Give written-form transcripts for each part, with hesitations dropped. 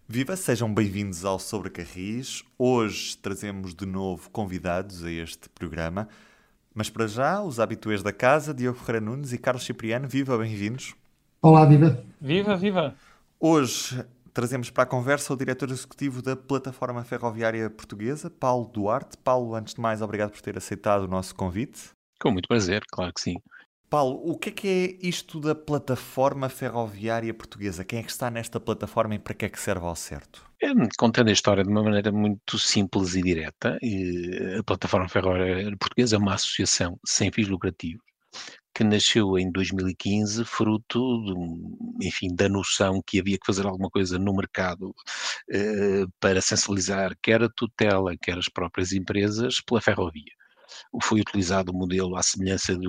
Viva, sejam bem-vindos ao Sobre Carris. Hoje trazemos de novo convidados a este programa, mas para já, os habituês da casa, Diogo Ferreira Nunes e Carlos Cipriano, viva, bem-vindos. Olá, viva. Viva, viva! Hoje trazemos para a conversa o diretor executivo da Plataforma Ferroviária Portuguesa, Paulo Duarte. Paulo, antes de mais, obrigado por ter aceitado o nosso convite. Com muito prazer, claro que sim. Paulo, o que é isto da Plataforma Ferroviária Portuguesa? Quem é que está nesta plataforma e para que é que serve ao certo? Contando a história de uma maneira muito simples e direta, a Plataforma Ferroviária Portuguesa é uma associação sem fins lucrativos que nasceu em 2015, fruto enfim, da noção que havia que fazer alguma coisa no mercado para sensibilizar quer a tutela, quer as próprias empresas pela ferrovia. Foi utilizado o modelo à semelhança do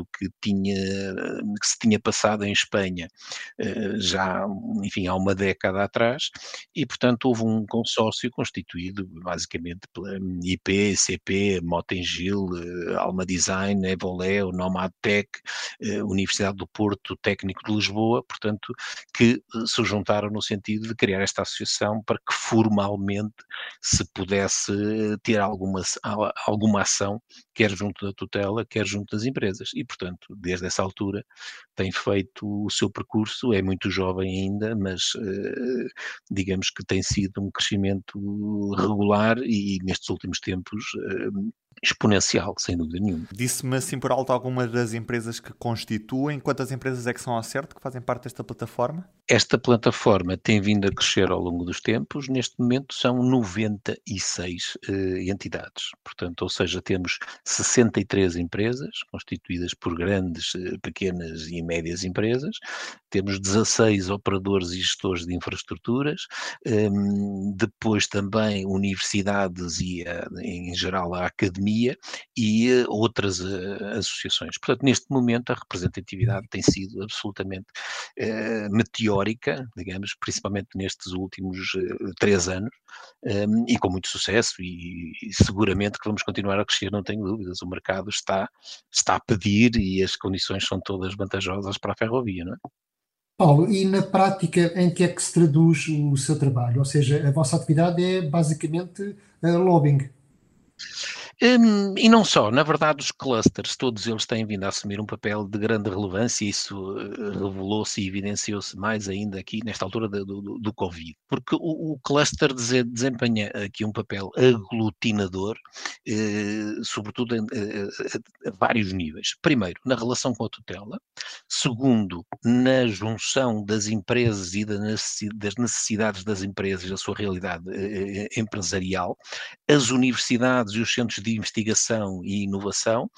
que se tinha passado em Espanha, já, enfim, há uma década atrás, e portanto houve um consórcio constituído basicamente pela IP, CP, Mota-Engil, Alma Design, Evoleo, Nomad Tech, Universidade do Porto, Técnico de Lisboa, portanto, que se juntaram no sentido de criar esta associação para que formalmente se pudesse ter alguma ação, quer junto da tutela, quer junto das empresas. E, portanto, desde essa altura tem feito o seu percurso, é muito jovem ainda, mas digamos que tem sido um crescimento regular e nestes últimos tempos exponencial, sem dúvida nenhuma. Disse-me assim por alto algumas das empresas que constituem. Quantas empresas é que são ao certo que fazem parte desta plataforma? Esta plataforma tem vindo a crescer ao longo dos tempos, neste momento são 96 entidades, portanto, ou seja, temos 63 empresas, constituídas por grandes, pequenas e médias empresas, temos 16 operadores e gestores de infraestruturas, depois também universidades e, em geral, a academia e outras associações. Portanto, neste momento, a representatividade tem sido absolutamente meteórica, digamos, principalmente nestes últimos 3 anos, e com muito sucesso, e seguramente que vamos continuar a crescer, não tenho dúvidas. O mercado está a pedir e as condições são todas vantajosas para a ferrovia, não é? Paulo, e na prática, em que é que se traduz o seu trabalho? Ou seja, a vossa atividade é basicamente lobbying. E não só, na verdade os clusters, todos eles têm vindo a assumir um papel de grande relevância, e isso revelou-se e evidenciou-se mais ainda aqui nesta altura do Covid, porque o cluster desempenha aqui um papel aglutinador, sobretudo a vários níveis. Primeiro, na relação com a tutela. Segundo, na junção das empresas e das necessidades das empresas, da sua realidade empresarial, as universidades e os centros de investigação e inovação,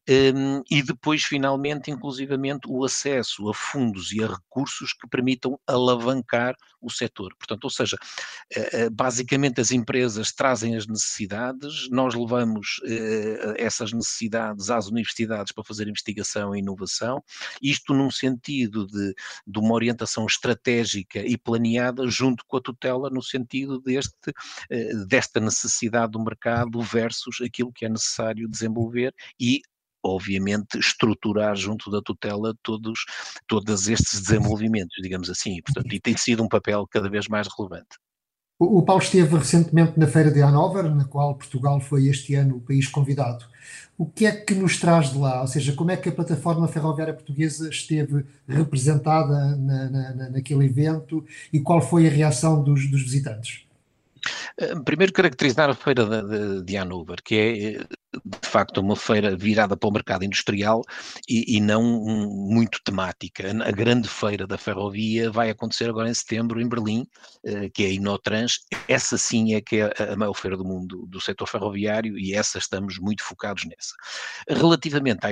e depois, finalmente, inclusivamente, o acesso a fundos e a recursos que permitam alavancar o setor. Portanto, ou seja, basicamente as empresas trazem as necessidades, nós levamos essas necessidades às universidades para fazer investigação e inovação, isto num sentido de uma orientação estratégica e planeada junto com a tutela, no sentido desta necessidade do mercado versus aquilo que é necessário desenvolver e, obviamente, estruturar junto da tutela todos estes desenvolvimentos, digamos assim, e tem sido um papel cada vez mais relevante. O Paulo esteve recentemente na Feira de Hannover, na qual Portugal foi este ano o país convidado. O que é que nos traz de lá? Ou seja, como é que a plataforma ferroviária portuguesa esteve representada naquele evento e qual foi a reação dos visitantes? Primeiro caracterizar a feira de Hannover, que é de facto uma feira virada para o mercado industrial e não muito temática. A grande feira da ferrovia vai acontecer agora em setembro em Berlim, que é a Inotrans. Essa sim é que é a maior feira do mundo do setor ferroviário, e essa estamos muito focados nessa. Relativamente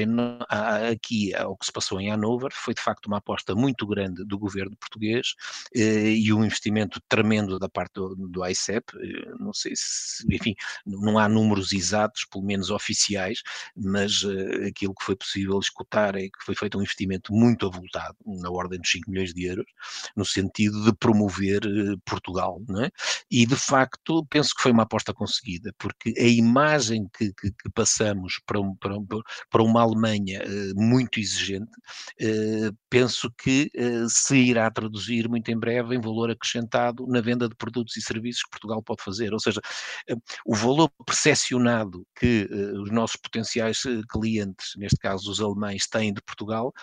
aqui ao que se passou em Hannover, foi de facto uma aposta muito grande do governo português e um investimento tremendo da parte do AICEP. Não sei se, enfim, não há números exatos, pelo menos oficiais, iniciais, mas aquilo que foi possível escutar é que foi feito um investimento muito avultado, na ordem dos 5 milhões de euros, no sentido de promover Portugal, não é? E de facto penso que foi uma aposta conseguida, porque a imagem que passamos para uma Alemanha muito exigente, penso que se irá traduzir muito em breve em valor acrescentado na venda de produtos e serviços que Portugal pode fazer. Ou seja, eh, o valor percepcionado que os nossos potenciais clientes, neste caso os alemães, têm de Portugal,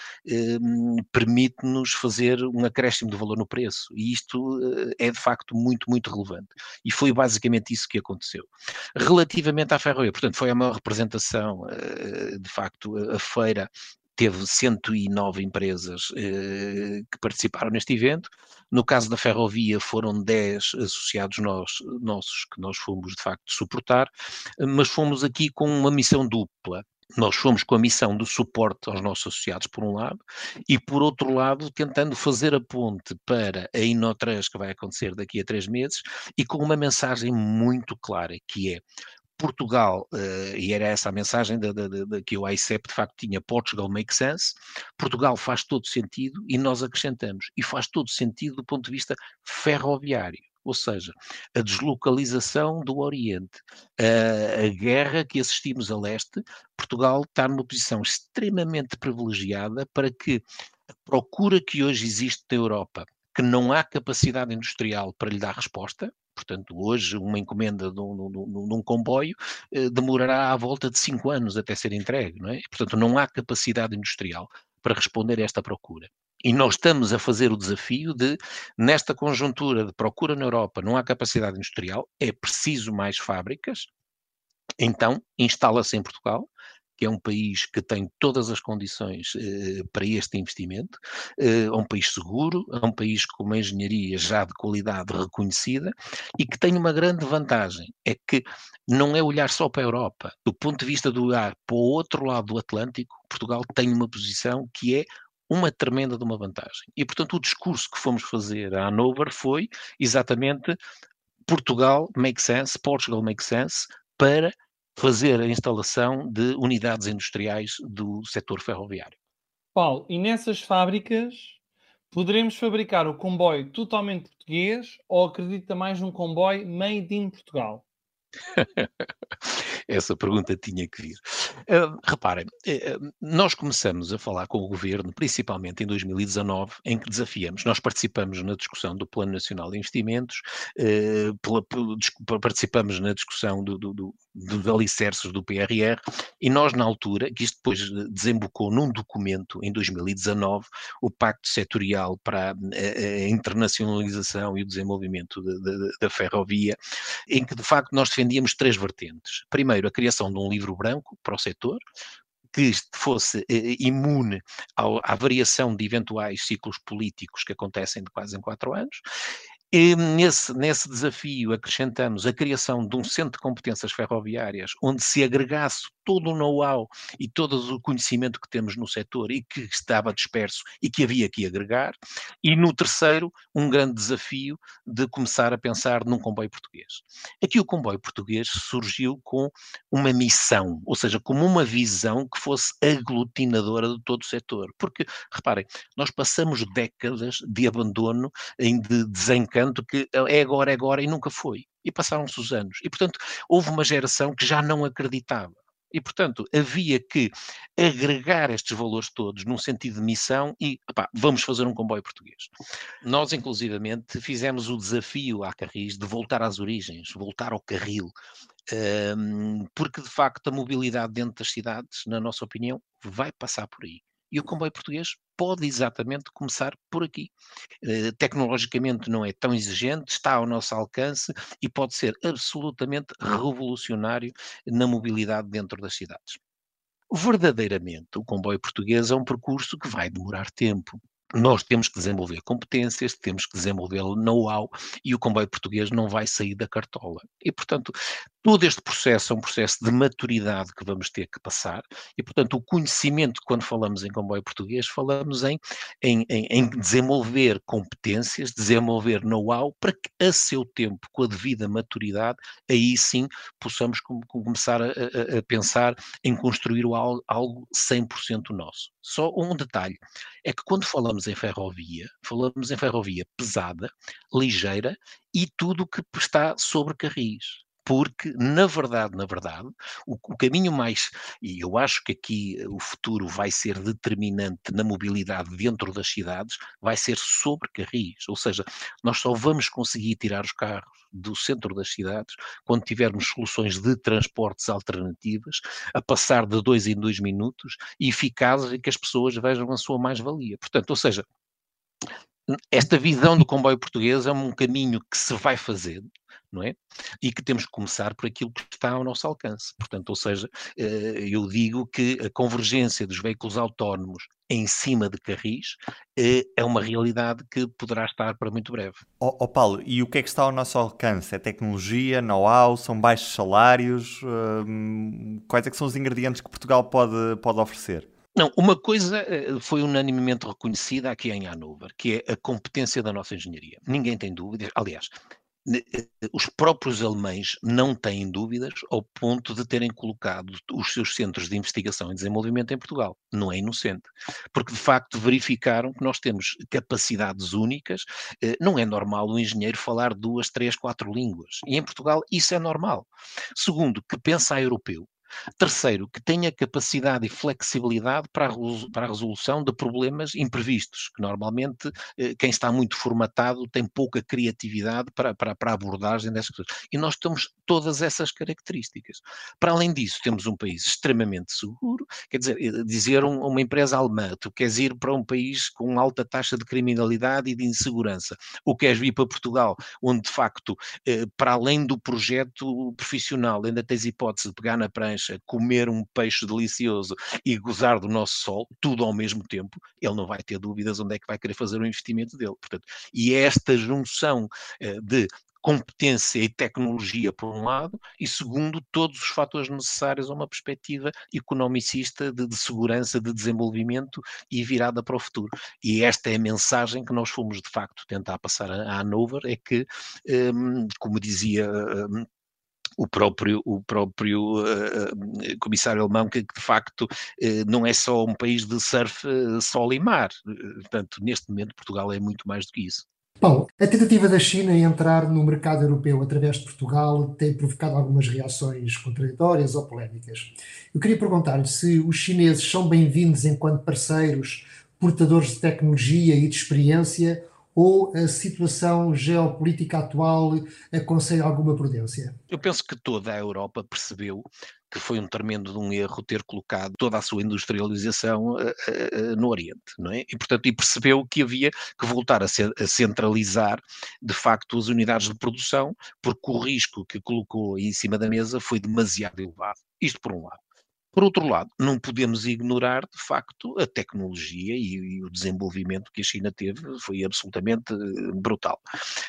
permite-nos fazer um acréscimo de valor no preço. E isto é de facto muito, muito relevante. E foi basicamente isso que aconteceu. Relativamente à Ferrovia, portanto, foi a maior representação, de facto, a feira teve 109 empresas que participaram neste evento. No caso da Ferrovia foram 10 associados nossos que nós fomos de facto suportar, mas fomos aqui com uma missão dupla. Nós fomos com a missão do suporte aos nossos associados, por um lado, e por outro lado, tentando fazer a ponte para a Inotrans, que vai acontecer daqui a 3 meses, e com uma mensagem muito clara, que é Portugal, e era essa a mensagem que o ICEP de facto tinha, Portugal makes sense, Portugal faz todo sentido e nós acrescentamos, e faz todo sentido do ponto de vista ferroviário. Ou seja, a deslocalização do Oriente, a guerra que assistimos a leste, Portugal está numa posição extremamente privilegiada para que a procura que hoje existe na Europa, que não há capacidade industrial para lhe dar resposta. Portanto, hoje uma encomenda de um comboio demorará à volta de 5 anos até ser entregue, não é? Portanto, não há capacidade industrial para responder a esta procura. E nós estamos a fazer o desafio de, nesta conjuntura de procura na Europa, não há capacidade industrial, é preciso mais fábricas, então instala-se em Portugal, que é um país que tem todas as condições para este investimento, é um país seguro, é um país com uma engenharia já de qualidade reconhecida e que tem uma grande vantagem, é que não é olhar só para a Europa. Do ponto de vista do olhar para o outro lado do Atlântico, Portugal tem uma posição que é uma tremenda de uma vantagem. E, portanto, o discurso que fomos fazer a Hannover foi exatamente Portugal make sense, Portugal make sense, para fazer a instalação de unidades industriais do setor ferroviário. Paulo, e nessas fábricas poderemos fabricar o comboio totalmente português ou acredita mais num comboio made in Portugal? Essa pergunta tinha que vir. Reparem, nós começamos a falar com o governo, principalmente em 2019, em que desafiamos. Nós participamos na discussão do Plano Nacional de Investimentos, participamos na discussão dos alicerces do PRR, e nós, na altura, que isto depois desembocou num documento em 2019, o Pacto Setorial para a Internacionalização e o Desenvolvimento da Ferrovia, em que de facto nós defendíamos 3 vertentes. Primeiro, a criação de um livro branco para o setor, que fosse imune à variação de eventuais ciclos políticos que acontecem de quase em 4 anos. E nesse desafio acrescentamos a criação de um centro de competências ferroviárias, onde se agregasse todo o know-how e todo o conhecimento que temos no setor e que estava disperso e que havia que agregar. E no terceiro, um grande desafio de começar a pensar num comboio português. Aqui o comboio português surgiu com uma missão, ou seja, como uma visão que fosse aglutinadora de todo o setor. Porque, reparem, nós passamos décadas de abandono, de desencanto, que é agora e nunca foi. E passaram-se os anos. E, portanto, houve uma geração que já não acreditava. E, portanto, havia que agregar estes valores todos num sentido de missão e, vamos fazer um comboio português. Nós, inclusivamente, fizemos o desafio à Carris de voltar às origens, voltar ao carril, porque, de facto, a mobilidade dentro das cidades, na nossa opinião, vai passar por aí. E o comboio português pode exatamente começar por aqui. Tecnologicamente não é tão exigente, está ao nosso alcance e pode ser absolutamente revolucionário na mobilidade dentro das cidades. Verdadeiramente, o comboio português é um percurso que vai demorar tempo. Nós temos que desenvolver competências, temos que desenvolver know-how e o comboio português não vai sair da cartola. E, portanto, todo este processo é um processo de maturidade que vamos ter que passar e, portanto, o conhecimento, quando falamos em comboio português, falamos em desenvolver competências, desenvolver know-how para que, a seu tempo, com a devida maturidade, aí sim possamos começar a pensar em construir algo 100% nosso. Só um detalhe, é que quando falamos em ferrovia pesada, ligeira e tudo o que está sobre carris. Porque, na verdade, o caminho mais, e eu acho que aqui o futuro vai ser determinante na mobilidade dentro das cidades, vai ser sobre carris. Ou seja, nós só vamos conseguir tirar os carros do centro das cidades quando tivermos soluções de transportes alternativas a passar de 2 em 2 minutos e eficazes e que as pessoas vejam a sua mais-valia. Portanto, ou seja, esta visão do comboio português é um caminho que se vai fazer, não é? E que temos que começar por aquilo que está ao nosso alcance. Portanto, ou seja, eu digo que a convergência dos veículos autónomos em cima de carris é uma realidade que poderá estar para muito breve. Paulo, e o que é que está ao nosso alcance? É tecnologia, know-how, são baixos salários? Quais é que são os ingredientes que Portugal pode oferecer? Não, uma coisa foi unanimemente reconhecida aqui em Hannover, que é a competência da nossa engenharia. Ninguém tem dúvidas. Aliás, os próprios alemães não têm dúvidas ao ponto de terem colocado os seus centros de investigação e desenvolvimento em Portugal. Não é inocente, porque de facto verificaram que nós temos capacidades únicas. Não é normal o engenheiro falar 2, 3, 4 línguas. E em Portugal isso é normal. Segundo, que pensa a europeu. Terceiro, que tenha capacidade e flexibilidade para a resolução de problemas imprevistos, que normalmente quem está muito formatado tem pouca criatividade para a abordagem dessas coisas. E nós temos todas essas características. Para além disso, temos um país extremamente seguro, quer dizer, dizer uma empresa alemã, tu queres ir para um país com alta taxa de criminalidade e de insegurança, ou queres vir para Portugal, onde de facto, para além do projeto profissional, ainda tens hipótese de pegar na prancha, comer um peixe delicioso e gozar do nosso sol, tudo ao mesmo tempo, ele não vai ter dúvidas onde é que vai querer fazer o investimento dele. Portanto, e é esta junção de competência e tecnologia por um lado, e segundo, todos os fatores necessários a uma perspectiva economicista de segurança, de desenvolvimento e virada para o futuro. E esta é a mensagem que nós fomos de facto tentar passar a Hannover, é que, como dizia o próprio comissário alemão, que de facto não é só um país de surf, sol e mar. Portanto, neste momento Portugal é muito mais do que isso. Paulo, a tentativa da China em entrar no mercado europeu através de Portugal tem provocado algumas reações contraditórias ou polémicas. Eu queria perguntar-lhe se os chineses são bem-vindos enquanto parceiros, portadores de tecnologia e de experiência, ou a situação geopolítica atual aconselha alguma prudência? Eu penso que toda a Europa percebeu que foi um tremendo de um erro ter colocado toda a sua industrialização no Oriente, não é? E, portanto, percebeu que havia que voltar a centralizar, de facto, as unidades de produção, porque o risco que colocou em cima da mesa foi demasiado elevado. Isto por um lado. Por outro lado, não podemos ignorar, de facto, a tecnologia e o desenvolvimento que a China teve, foi absolutamente brutal.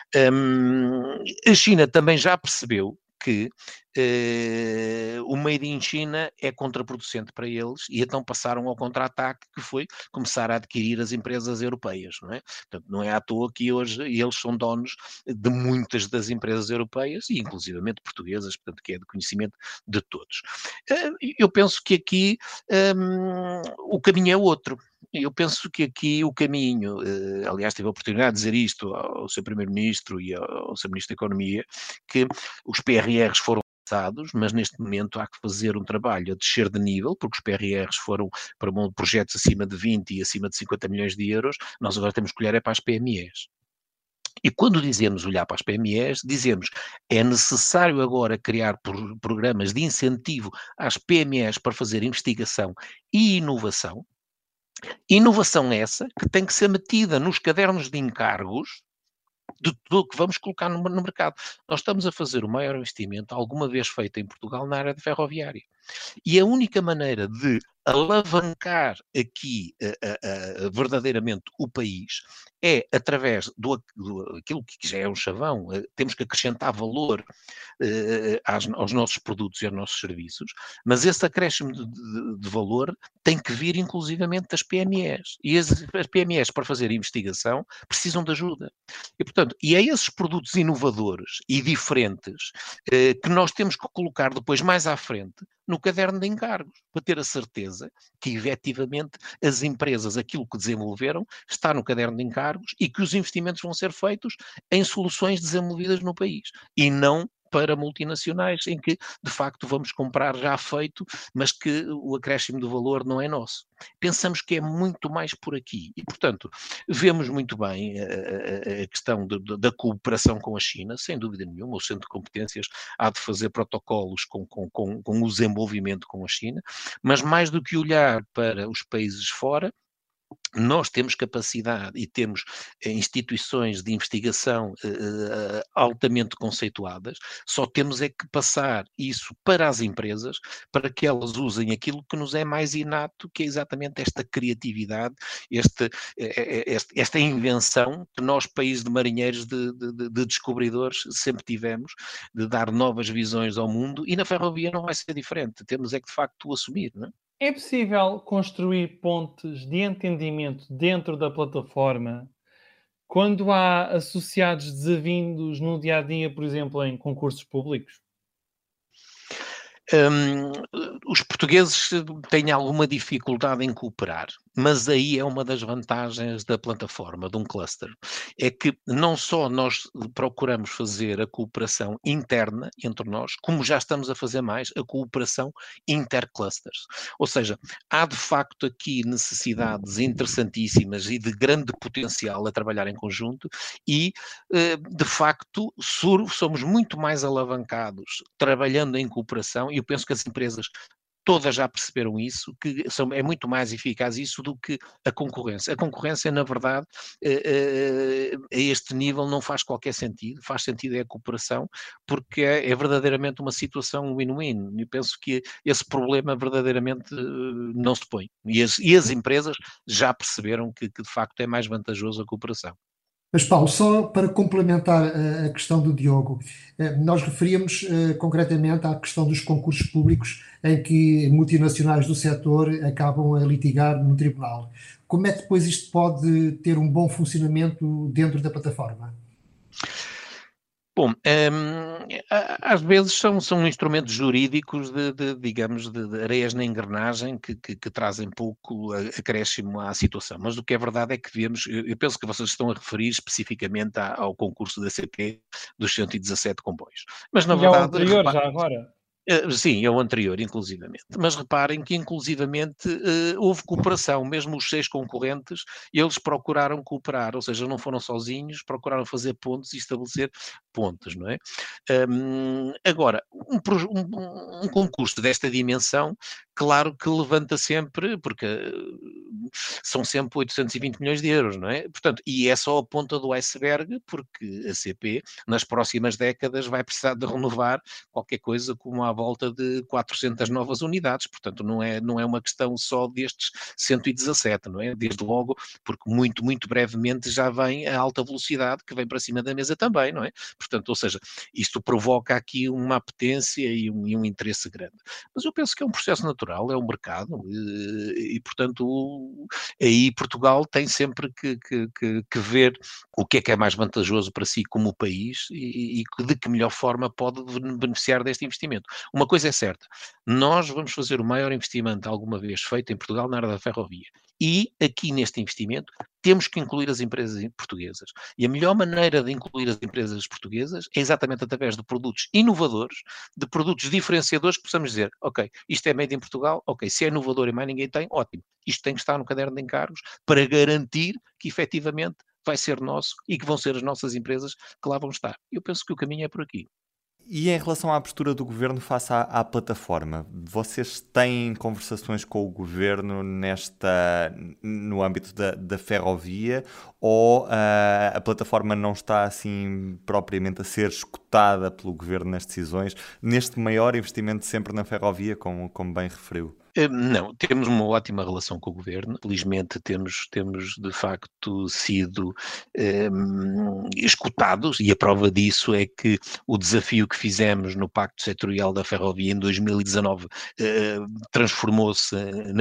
A China também já percebeu que o Made in China é contraproducente para eles e então passaram ao contra-ataque, que foi começar a adquirir as empresas europeias, não é? Portanto, não é à toa que hoje eles são donos de muitas das empresas europeias e inclusivamente portuguesas, portanto, que é de conhecimento de todos. Eu penso que aqui o caminho é outro. Eu penso que aqui o caminho, aliás, tive a oportunidade de dizer isto ao seu Primeiro-Ministro e ao seu Ministro da Economia, que os PRRs foram lançados, mas neste momento há que fazer um trabalho a descer de nível, porque os PRRs foram para projetos acima de 20 e acima de 50 milhões de euros, nós agora temos que olhar é para as PMEs. E quando dizemos olhar para as PMEs, dizemos é necessário agora criar programas de incentivo às PMEs para fazer investigação e inovação. Inovação essa que tem que ser metida nos cadernos de encargos de tudo que vamos colocar no mercado. Nós estamos a fazer o maior investimento alguma vez feito em Portugal na área de ferroviária. E a única maneira de alavancar aqui verdadeiramente o país é através aquilo que já é um chavão, temos que acrescentar valor aos nossos produtos e aos nossos serviços, mas esse acréscimo de valor tem que vir inclusivamente das PMEs. E as PMEs, para fazer investigação, precisam de ajuda. E, portanto, é esses produtos inovadores e diferentes que nós temos que colocar depois mais à frente no caderno de encargos, para ter a certeza que, efetivamente, as empresas, aquilo que desenvolveram, está no caderno de encargos e que os investimentos vão ser feitos em soluções desenvolvidas no país e não para multinacionais em que, de facto, vamos comprar já feito, mas que o acréscimo do valor não é nosso. Pensamos que é muito mais por aqui e, portanto, vemos muito bem a questão da cooperação com a China, sem dúvida nenhuma. O Centro de Competências há de fazer protocolos com o desenvolvimento com a China, mas mais do que olhar para os países fora, nós temos capacidade e temos instituições de investigação altamente conceituadas, só temos é que passar isso para as empresas, para que elas usem aquilo que nos é mais inato, que é exatamente esta criatividade, esta invenção que nós, país de marinheiros, de descobridores, sempre tivemos, de dar novas visões ao mundo, e na ferrovia não vai ser diferente, temos é que de facto o assumir, não é? É possível construir pontes de entendimento dentro da plataforma quando há associados desavindos no dia a dia, por exemplo, em concursos públicos? Hum, os portugueses têm alguma dificuldade em cooperar, mas aí é uma das vantagens da plataforma, de um cluster. É que não só nós procuramos fazer a cooperação interna entre nós, como já estamos a fazer mais a cooperação interclusters. Ou seja, há de facto aqui necessidades interessantíssimas e de grande potencial a trabalhar em conjunto e, de facto, somos muito mais alavancados trabalhando em cooperação, e eu penso que as empresas todas já perceberam isso, que é muito mais eficaz isso do que a concorrência. A concorrência, na verdade, a este nível não faz qualquer sentido, faz sentido é a cooperação, porque é verdadeiramente uma situação win-win. E penso que esse problema verdadeiramente não se põe. E as empresas já perceberam que de facto é mais vantajoso a cooperação. Mas, Paulo, só para complementar a questão do Diogo, nós referíamos concretamente à questão dos concursos públicos em que multinacionais do setor acabam a litigar no tribunal. Como é que depois isto pode ter um bom funcionamento dentro da plataforma? Bom, às vezes são instrumentos jurídicos digamos, de areias na engrenagem que trazem pouco acréscimo à situação, mas o que é verdade é que eu penso que vocês estão a referir especificamente ao concurso da CP dos 117 comboios, mas na E ao verdade, anterior, já agora? Sim, é o anterior, inclusivamente. Mas reparem que, inclusivamente, houve cooperação, mesmo os 6 concorrentes, eles procuraram cooperar, ou seja, não foram sozinhos, procuraram fazer pontos e estabelecer pontos, não é? Agora, um concurso desta dimensão, claro que levanta sempre, porque são sempre 820 milhões de euros, não é? Portanto, e é só a ponta do iceberg, porque a CP, nas próximas décadas, vai precisar de renovar qualquer coisa como à volta de 400 novas unidades, portanto não é uma questão só destes 117, não é? Desde logo, porque muito brevemente já vem a alta velocidade que vem para cima da mesa também, não é? Portanto, ou seja, isto provoca aqui uma apetência e um interesse grande. Mas eu penso que é um processo natural, é um mercado e portanto, aí Portugal tem sempre que ver o que é mais vantajoso para si como país e de que melhor forma pode beneficiar deste investimento. Uma coisa é certa, nós vamos fazer o maior investimento alguma vez feito em Portugal na área da ferrovia. E aqui neste investimento temos que incluir as empresas portuguesas. E a melhor maneira de incluir as empresas portuguesas é exatamente através de produtos inovadores, de produtos diferenciadores que possamos dizer, ok, isto é made em Portugal, ok, se é inovador e mais ninguém tem, ótimo. Isto tem que estar no caderno de encargos para garantir que efetivamente vai ser nosso e que vão ser as nossas empresas que lá vão estar. Eu penso que o caminho é por aqui. E em relação à postura do governo face à plataforma, vocês têm conversações com o governo no âmbito da ferrovia, ou a plataforma não está assim propriamente a ser escutada pelo governo nas decisões, neste maior investimento sempre na ferrovia, como bem referiu? Não, temos uma ótima relação com o governo. Felizmente temos de facto sido escutados, e a prova disso é que o desafio que fizemos no Pacto Setorial da Ferrovia em 2019 transformou-se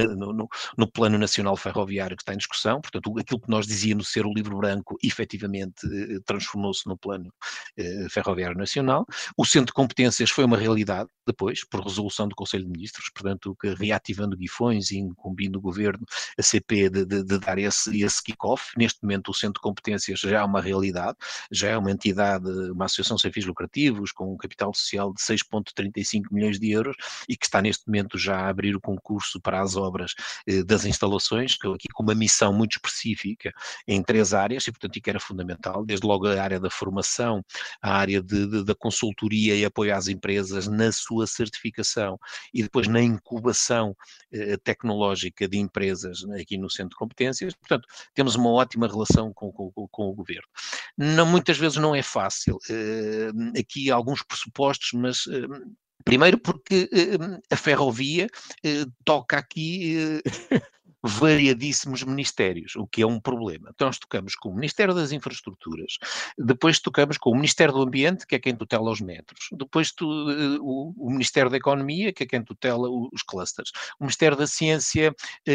no Plano Nacional Ferroviário que está em discussão. Portanto, aquilo que nós dizíamos ser o livro branco, efetivamente transformou-se no Plano Ferroviário Nacional. O Centro de Competências foi uma realidade depois, por resolução do Conselho de Ministros, portanto, que reativando guifões e incumbindo o Governo, a CP de dar esse kick-off. Neste momento o Centro de Competências já é uma realidade, já é uma entidade, uma associação sem fins lucrativos, com um capital social de 6,35 milhões de euros e que está neste momento já a abrir o concurso para as obras das instalações, aqui com uma missão muito específica em 3 áreas, e portanto que era fundamental, desde logo a área da formação, a área da consultoria e apoio às empresas na sua certificação e depois na incubação tecnológica de empresas aqui no Centro de Competências. Portanto, temos uma ótima relação com o Governo. Muitas vezes não é fácil. Aqui há alguns pressupostos, mas primeiro porque a ferrovia toca aqui variadíssimos ministérios, o que é um problema. Então nós tocamos com o Ministério das Infraestruturas, depois tocamos com o Ministério do Ambiente, que é quem tutela os metros, depois o Ministério da Economia, que é quem tutela os clusters, o Ministério da Ciência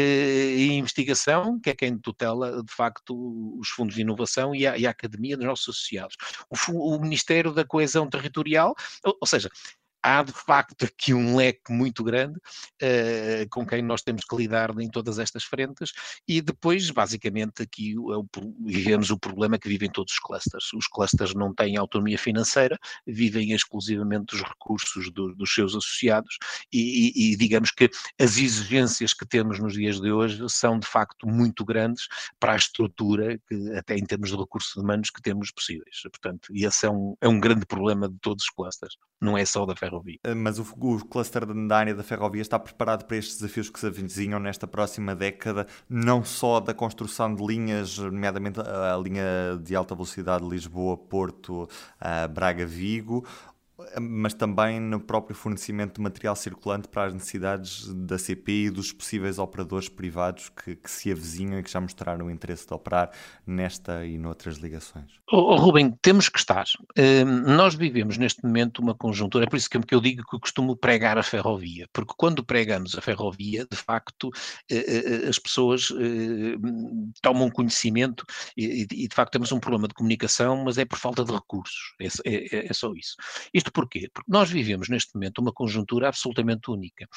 e Investigação, que é quem tutela, de facto, os fundos de inovação e a Academia dos nossos associados, o Ministério da Coesão Territorial, ou seja, há de facto aqui um leque muito grande com quem nós temos que lidar em todas estas frentes, e depois basicamente aqui vivemos o problema que vivem todos os clusters. Os clusters não têm autonomia financeira, vivem exclusivamente dos recursos dos seus associados e digamos que as exigências que temos nos dias de hoje são de facto muito grandes para a estrutura, até em termos de recursos humanos, que temos possíveis. Portanto, e esse é um grande problema de todos os clusters, não é só da ferrovia. Mas o cluster da área da ferrovia está preparado para estes desafios que se avizinham nesta próxima década, não só da construção de linhas, nomeadamente a linha de alta velocidade Lisboa-Porto, Braga-Vigo, mas também no próprio fornecimento de material circulante para as necessidades da CP e dos possíveis operadores privados que se avizinham e que já mostraram o interesse de operar nesta e noutras ligações. Rubem, temos que estar. Nós vivemos neste momento uma conjuntura, é por isso que eu digo que eu costumo pregar a ferrovia, porque quando pregamos a ferrovia, de facto, as pessoas tomam conhecimento e de facto temos um problema de comunicação, mas é por falta de recursos, é só isso. Isto porquê? Porque nós vivemos neste momento uma conjuntura absolutamente única.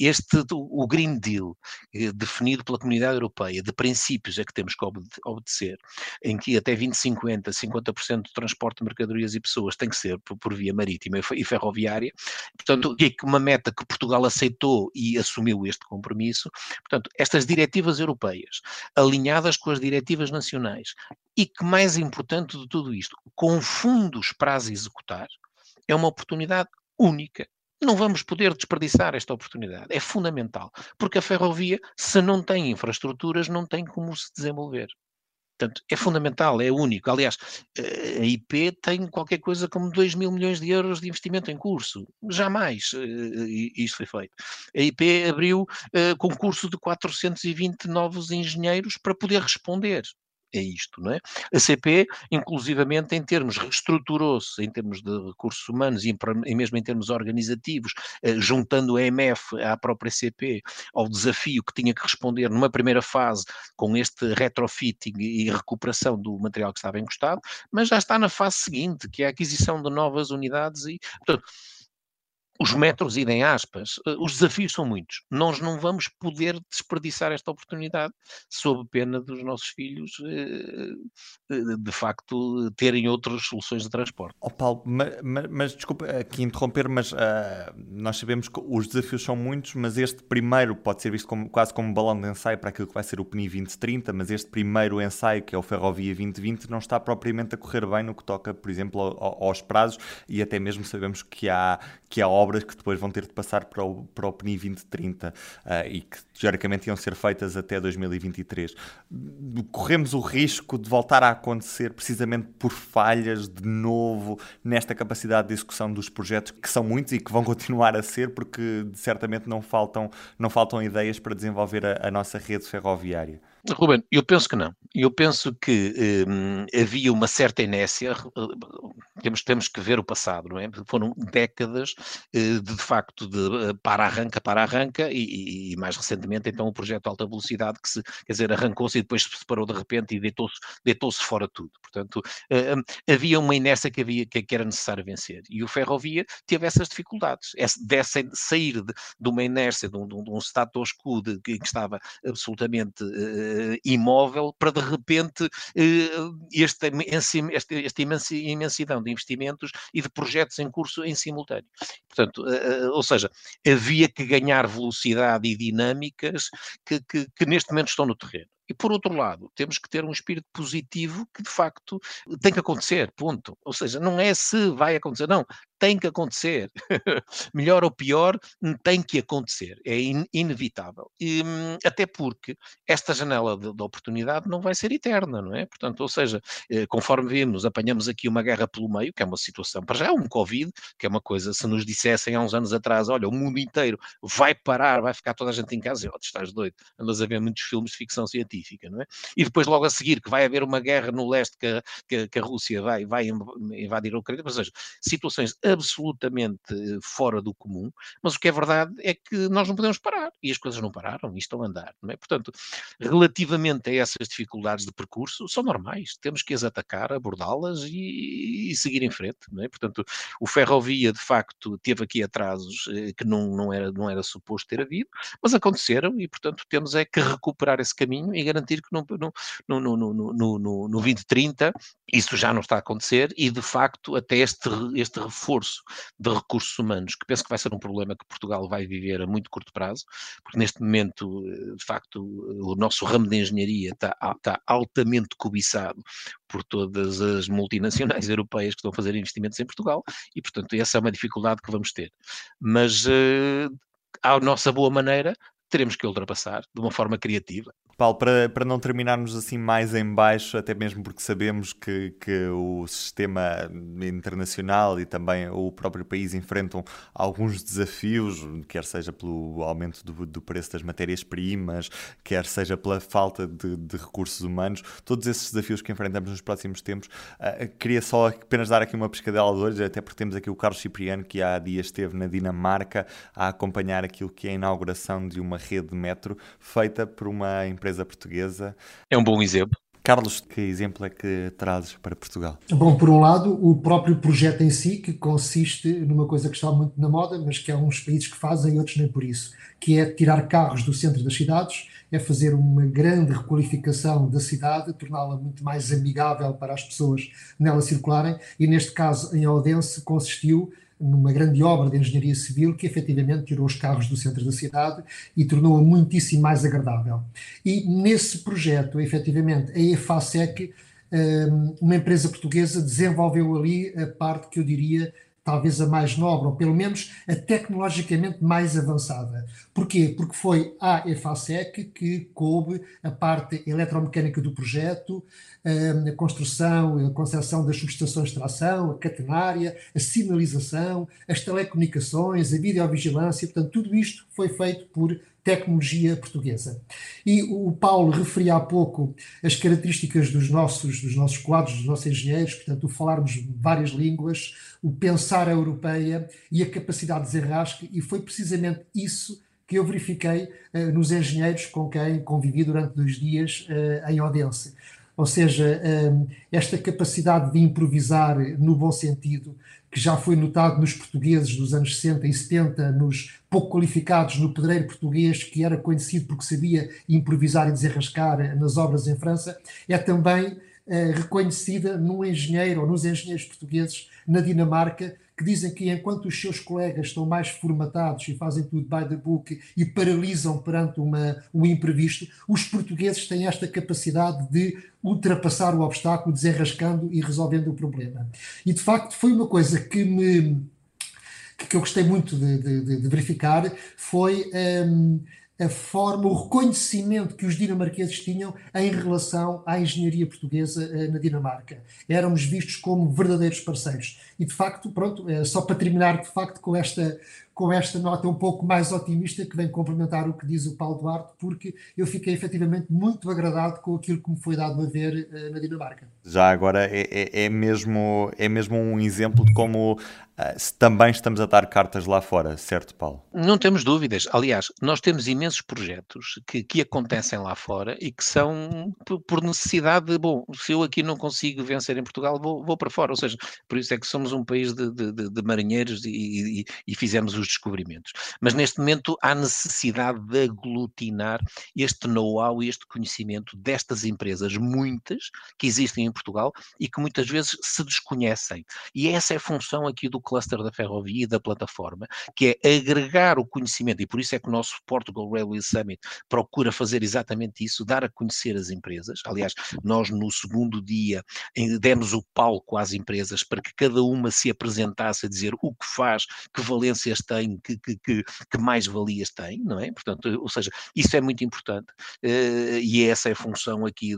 O Green Deal, definido pela Comunidade Europeia, de princípios é que temos que obedecer, em que até 2050, 50% do transporte de mercadorias e pessoas tem que ser por via marítima e ferroviária. Portanto, é uma meta que Portugal aceitou e assumiu este compromisso. Portanto, estas diretivas europeias, alinhadas com as diretivas nacionais, e que mais importante de tudo isto, com fundos para as executar, é uma oportunidade única. Não vamos poder desperdiçar esta oportunidade. É fundamental, porque a ferrovia, se não tem infraestruturas, não tem como se desenvolver. Portanto, é fundamental, é único. Aliás, a IP tem qualquer coisa como 2 mil milhões de euros de investimento em curso. Jamais isto foi feito. A IP abriu concurso de 420 novos engenheiros para poder responder a isto, não é? A CP, inclusivamente, em termos, reestruturou-se em termos de recursos humanos e mesmo em termos organizativos, juntando a EMF à própria CP, ao desafio que tinha que responder numa primeira fase com este retrofitting e recuperação do material que estava encostado, mas já está na fase seguinte, que é a aquisição de novas unidades e, portanto, os metros idem aspas, os desafios são muitos. Nós não vamos poder desperdiçar esta oportunidade sob pena dos nossos filhos, de facto, terem outras soluções de transporte. Paulo, mas desculpa aqui interromper, mas nós sabemos que os desafios são muitos, mas este primeiro pode ser visto quase como um balão de ensaio para aquilo que vai ser o PNI 2030, mas este primeiro ensaio, que é o Ferrovia 2020, não está propriamente a correr bem no que toca, por exemplo, aos prazos, e até mesmo sabemos que há obras que depois vão ter de passar para o PNI 2030 e que teoricamente iam ser feitas até 2023. Corremos o risco de voltar a acontecer precisamente por falhas de novo nesta capacidade de execução dos projetos, que são muitos e que vão continuar a ser, porque certamente não faltam ideias para desenvolver a nossa rede ferroviária. Ruben, eu penso que não. Eu penso que havia uma certa inércia, temos que ver o passado, não é? Foram décadas de facto, de para-arranca, e mais recentemente, então, o projeto de alta velocidade, quer dizer, arrancou-se e depois se separou de repente e deitou-se fora tudo. Portanto, havia uma inércia que era necessário vencer. E o Ferrovia teve essas dificuldades, sair de uma inércia, de um status quo que estava absolutamente imóvel, para de repente esta imensidão de investimentos e de projetos em curso em simultâneo. Portanto, ou seja, havia que ganhar velocidade e dinâmicas que neste momento estão no terreno. E, por outro lado, temos que ter um espírito positivo que, de facto, tem que acontecer, ponto. Ou seja, não é se vai acontecer, não, tem que acontecer. Melhor ou pior, tem que acontecer. É inevitável. E, até porque esta janela de oportunidade não vai ser eterna, não é? Portanto, ou seja, conforme vimos, apanhamos aqui uma guerra pelo meio, que é uma situação, para já é um Covid, que é uma coisa, se nos dissessem há uns anos atrás, olha, o mundo inteiro vai parar, vai ficar toda a gente em casa, tu estás doido, andas a ver muitos filmes de ficção científica, não é? E depois logo a seguir que vai haver uma guerra no leste, que a Rússia vai invadir a Ucrânia, ou seja, situações absolutamente fora do comum, mas o que é verdade é que nós não podemos parar, e as coisas não pararam, e estão a andar, não é? Portanto, relativamente a essas dificuldades de percurso, são normais, temos que as atacar, abordá-las e seguir em frente, não é? Portanto, o Ferrovia, de facto, teve aqui atrasos que não era suposto ter havido, mas aconteceram e, portanto, temos é que recuperar esse caminho e garantir que no 2030 isso já não está a acontecer e, de facto, até este reforço de recursos humanos, que penso que vai ser um problema que Portugal vai viver a muito curto prazo, porque neste momento, de facto, o nosso ramo de engenharia está altamente cobiçado por todas as multinacionais europeias que estão a fazer investimentos em Portugal e, portanto, essa é uma dificuldade que vamos ter. Mas, à nossa boa maneira, teremos que ultrapassar de uma forma criativa. Paulo, para não terminarmos assim mais em baixo, até mesmo porque sabemos que o sistema internacional e também o próprio país enfrentam alguns desafios, quer seja pelo aumento do preço das matérias-primas, quer seja pela falta de recursos humanos, todos esses desafios que enfrentamos nos próximos tempos. Queria só apenas dar aqui uma pescadela de olhos, até porque temos aqui o Carlos Cipriano, que há dias esteve na Dinamarca a acompanhar aquilo que é a inauguração de uma rede de metro feita por uma empresa portuguesa. É um bom exemplo. Carlos, que exemplo é que trazes para Portugal? Bom, por um lado, o próprio projeto em si, que consiste numa coisa que está muito na moda, mas que há uns países que fazem e outros nem por isso, que é tirar carros do centro das cidades, é fazer uma grande requalificação da cidade, torná-la muito mais amigável para as pessoas nela circularem, e neste caso, em Odense, consistiu numa grande obra de engenharia civil que efetivamente tirou os carros do centro da cidade e tornou-a muitíssimo mais agradável. E nesse projeto, efetivamente, a EFASEC, uma empresa portuguesa, desenvolveu ali a parte que eu diria talvez a mais nobre, ou pelo menos a tecnologicamente mais avançada. Porquê? Porque foi a EFASEC que coube a parte eletromecânica do projeto, a construção, a concepção das subestações de tração, a catenária, a sinalização, as telecomunicações, a videovigilância, portanto, tudo isto foi feito por tecnologia portuguesa. E o Paulo referia há pouco as características dos nossos quadros, dos nossos engenheiros, portanto, o falarmos várias línguas, o pensar a europeia e a capacidade de desenrasque, e foi precisamente isso que eu verifiquei nos engenheiros com quem convivi durante 2 dias em Odense. ou seja, esta capacidade de improvisar no bom sentido, que já foi notado nos portugueses dos anos 60 e 70, nos pouco qualificados, no pedreiro português, que era conhecido porque sabia improvisar e desenrascar nas obras em França, é também reconhecida num engenheiro ou nos engenheiros portugueses na Dinamarca, que dizem que enquanto os seus colegas estão mais formatados e fazem tudo by the book e paralisam perante um imprevisto, os portugueses têm esta capacidade de ultrapassar o obstáculo, desenrascando e resolvendo o problema. E de facto foi uma coisa que eu gostei muito de verificar, foi a forma, o reconhecimento que os dinamarqueses tinham em relação à engenharia portuguesa na Dinamarca. Éramos vistos como verdadeiros parceiros. E, de facto, pronto, só para terminar, de facto, com esta nota um pouco mais otimista, que vem complementar o que diz o Paulo Duarte, porque eu fiquei efetivamente muito agradado com aquilo que me foi dado a ver na Dinamarca. Já agora é mesmo um exemplo de como também estamos a dar cartas lá fora, certo, Paulo? Não temos dúvidas. Aliás, nós temos imensos projetos que acontecem lá fora e que são por necessidade de, bom, se eu aqui não consigo vencer em Portugal, vou para fora. Ou seja, por isso é que somos um país de marinheiros e fizemos os descobrimentos. Mas neste momento há necessidade de aglutinar este know-how e este conhecimento destas empresas, muitas, que existem em Portugal e que muitas vezes se desconhecem. E essa é a função aqui do cluster da ferrovia e da plataforma, que é agregar o conhecimento, e por isso é que o nosso Portugal Railway Summit procura fazer exatamente isso, dar a conhecer as empresas. Aliás, nós no segundo dia demos o palco às empresas para que cada uma se apresentasse a dizer o que faz, que valências tem, que mais-valias tem, não é? Portanto, ou seja, isso é muito importante e essa é a função aqui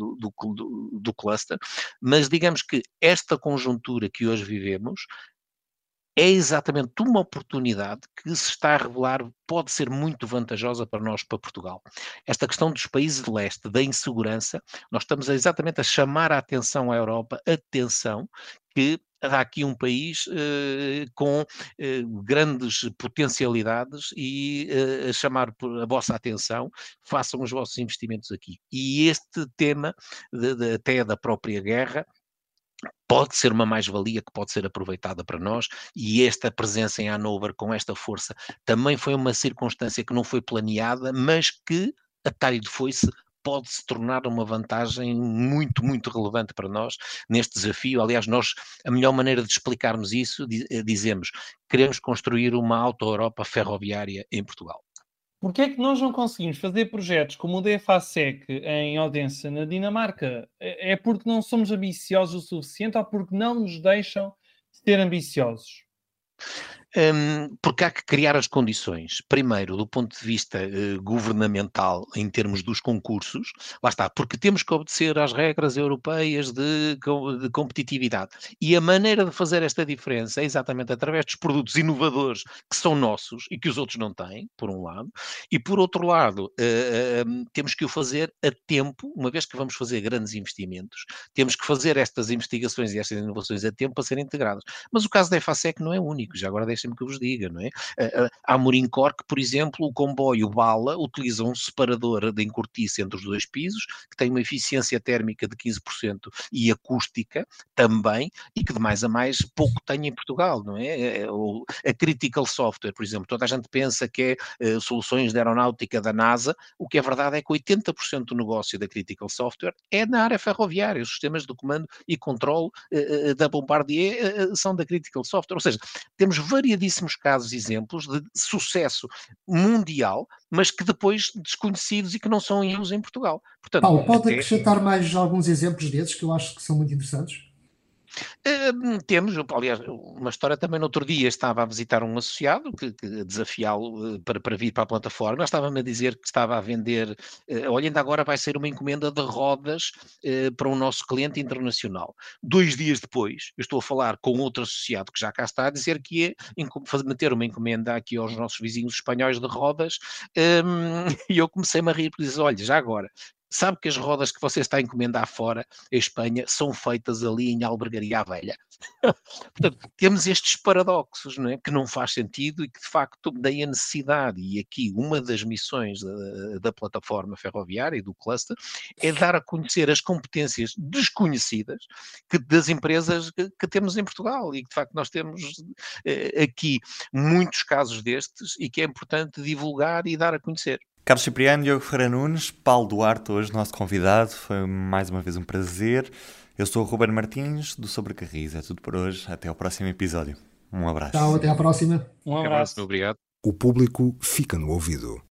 do cluster, mas digamos que esta conjuntura que hoje vivemos é exatamente uma oportunidade que se está a revelar, pode ser muito vantajosa para nós, para Portugal. Esta questão dos países de leste, da insegurança, nós estamos exatamente a chamar a atenção à Europa, atenção, que há aqui um país com grandes potencialidades e a chamar a vossa atenção, façam os vossos investimentos aqui. E este tema, até da própria guerra, pode ser uma mais-valia que pode ser aproveitada para nós, e esta presença em Hannover com esta força também foi uma circunstância que não foi planeada, mas que, a talho de foice, pode se tornar uma vantagem muito, muito relevante para nós neste desafio. Aliás, nós, a melhor maneira de explicarmos isso, dizemos, queremos construir uma auto-Europa ferroviária em Portugal. Porquê é que nós não conseguimos fazer projetos como o DFASEC em Odense, na Dinamarca? É porque não somos ambiciosos o suficiente ou porque não nos deixam ser ambiciosos? Porque há que criar as condições. Primeiro, do ponto de vista governamental, em termos dos concursos, lá está, porque temos que obedecer às regras europeias de competitividade. E a maneira de fazer esta diferença é exatamente através dos produtos inovadores que são nossos e que os outros não têm, por um lado, e por outro lado, temos que o fazer a tempo, uma vez que vamos fazer grandes investimentos, temos que fazer estas investigações e estas inovações a tempo para serem integradas. Mas o caso da EFASEC não é único, já agora deixem-me que eu vos diga, não é? A Amorim-Cork, por exemplo, o comboio Bala utiliza um separador de encurtice entre os dois pisos, que tem uma eficiência térmica de 15% e acústica também, e que de mais a mais pouco tem em Portugal, não é? A Critical Software, por exemplo, toda a gente pensa que é soluções de aeronáutica da NASA, o que é verdade é que 80% do negócio da Critical Software é na área ferroviária, os sistemas de comando e controle da Bombardier são da Critical Software, ou seja, temos variadíssimos casos e exemplos de sucesso mundial, mas que depois desconhecidos e que não são em uso em Portugal. Portanto, Paulo, pode acrescentar mais alguns exemplos desses que eu acho que são muito interessantes? Temos, aliás, uma história também no outro dia estava a visitar um associado que desafiá-lo para vir para a plataforma, ele estava-me a dizer que estava a vender, olha, ainda agora vai ser uma encomenda de rodas para um nosso cliente internacional. 2 dias depois, eu estou a falar com outro associado que já cá está a dizer que ia meter uma encomenda aqui aos nossos vizinhos espanhóis de rodas, e eu comecei-me a rir porque diz, olha, já agora, sabe que as rodas que você está a encomendar fora, em Espanha, são feitas ali em Albergaria Velha. Portanto, temos estes paradoxos, não é? Que não faz sentido e que de facto daí a necessidade, e aqui uma das missões da plataforma ferroviária e do cluster é dar a conhecer as competências desconhecidas das empresas que temos em Portugal, e que de facto nós temos aqui muitos casos destes e que é importante divulgar e dar a conhecer. Carlos Cipriano, Diogo Ferreira Nunes, Paulo Duarte, hoje nosso convidado, foi mais uma vez um prazer. Eu sou o Ruben Martins, do Sobrecarris. É tudo por hoje, até ao próximo episódio. Um abraço. Tchau, até à próxima. Um abraço. Obrigado. O público fica no ouvido.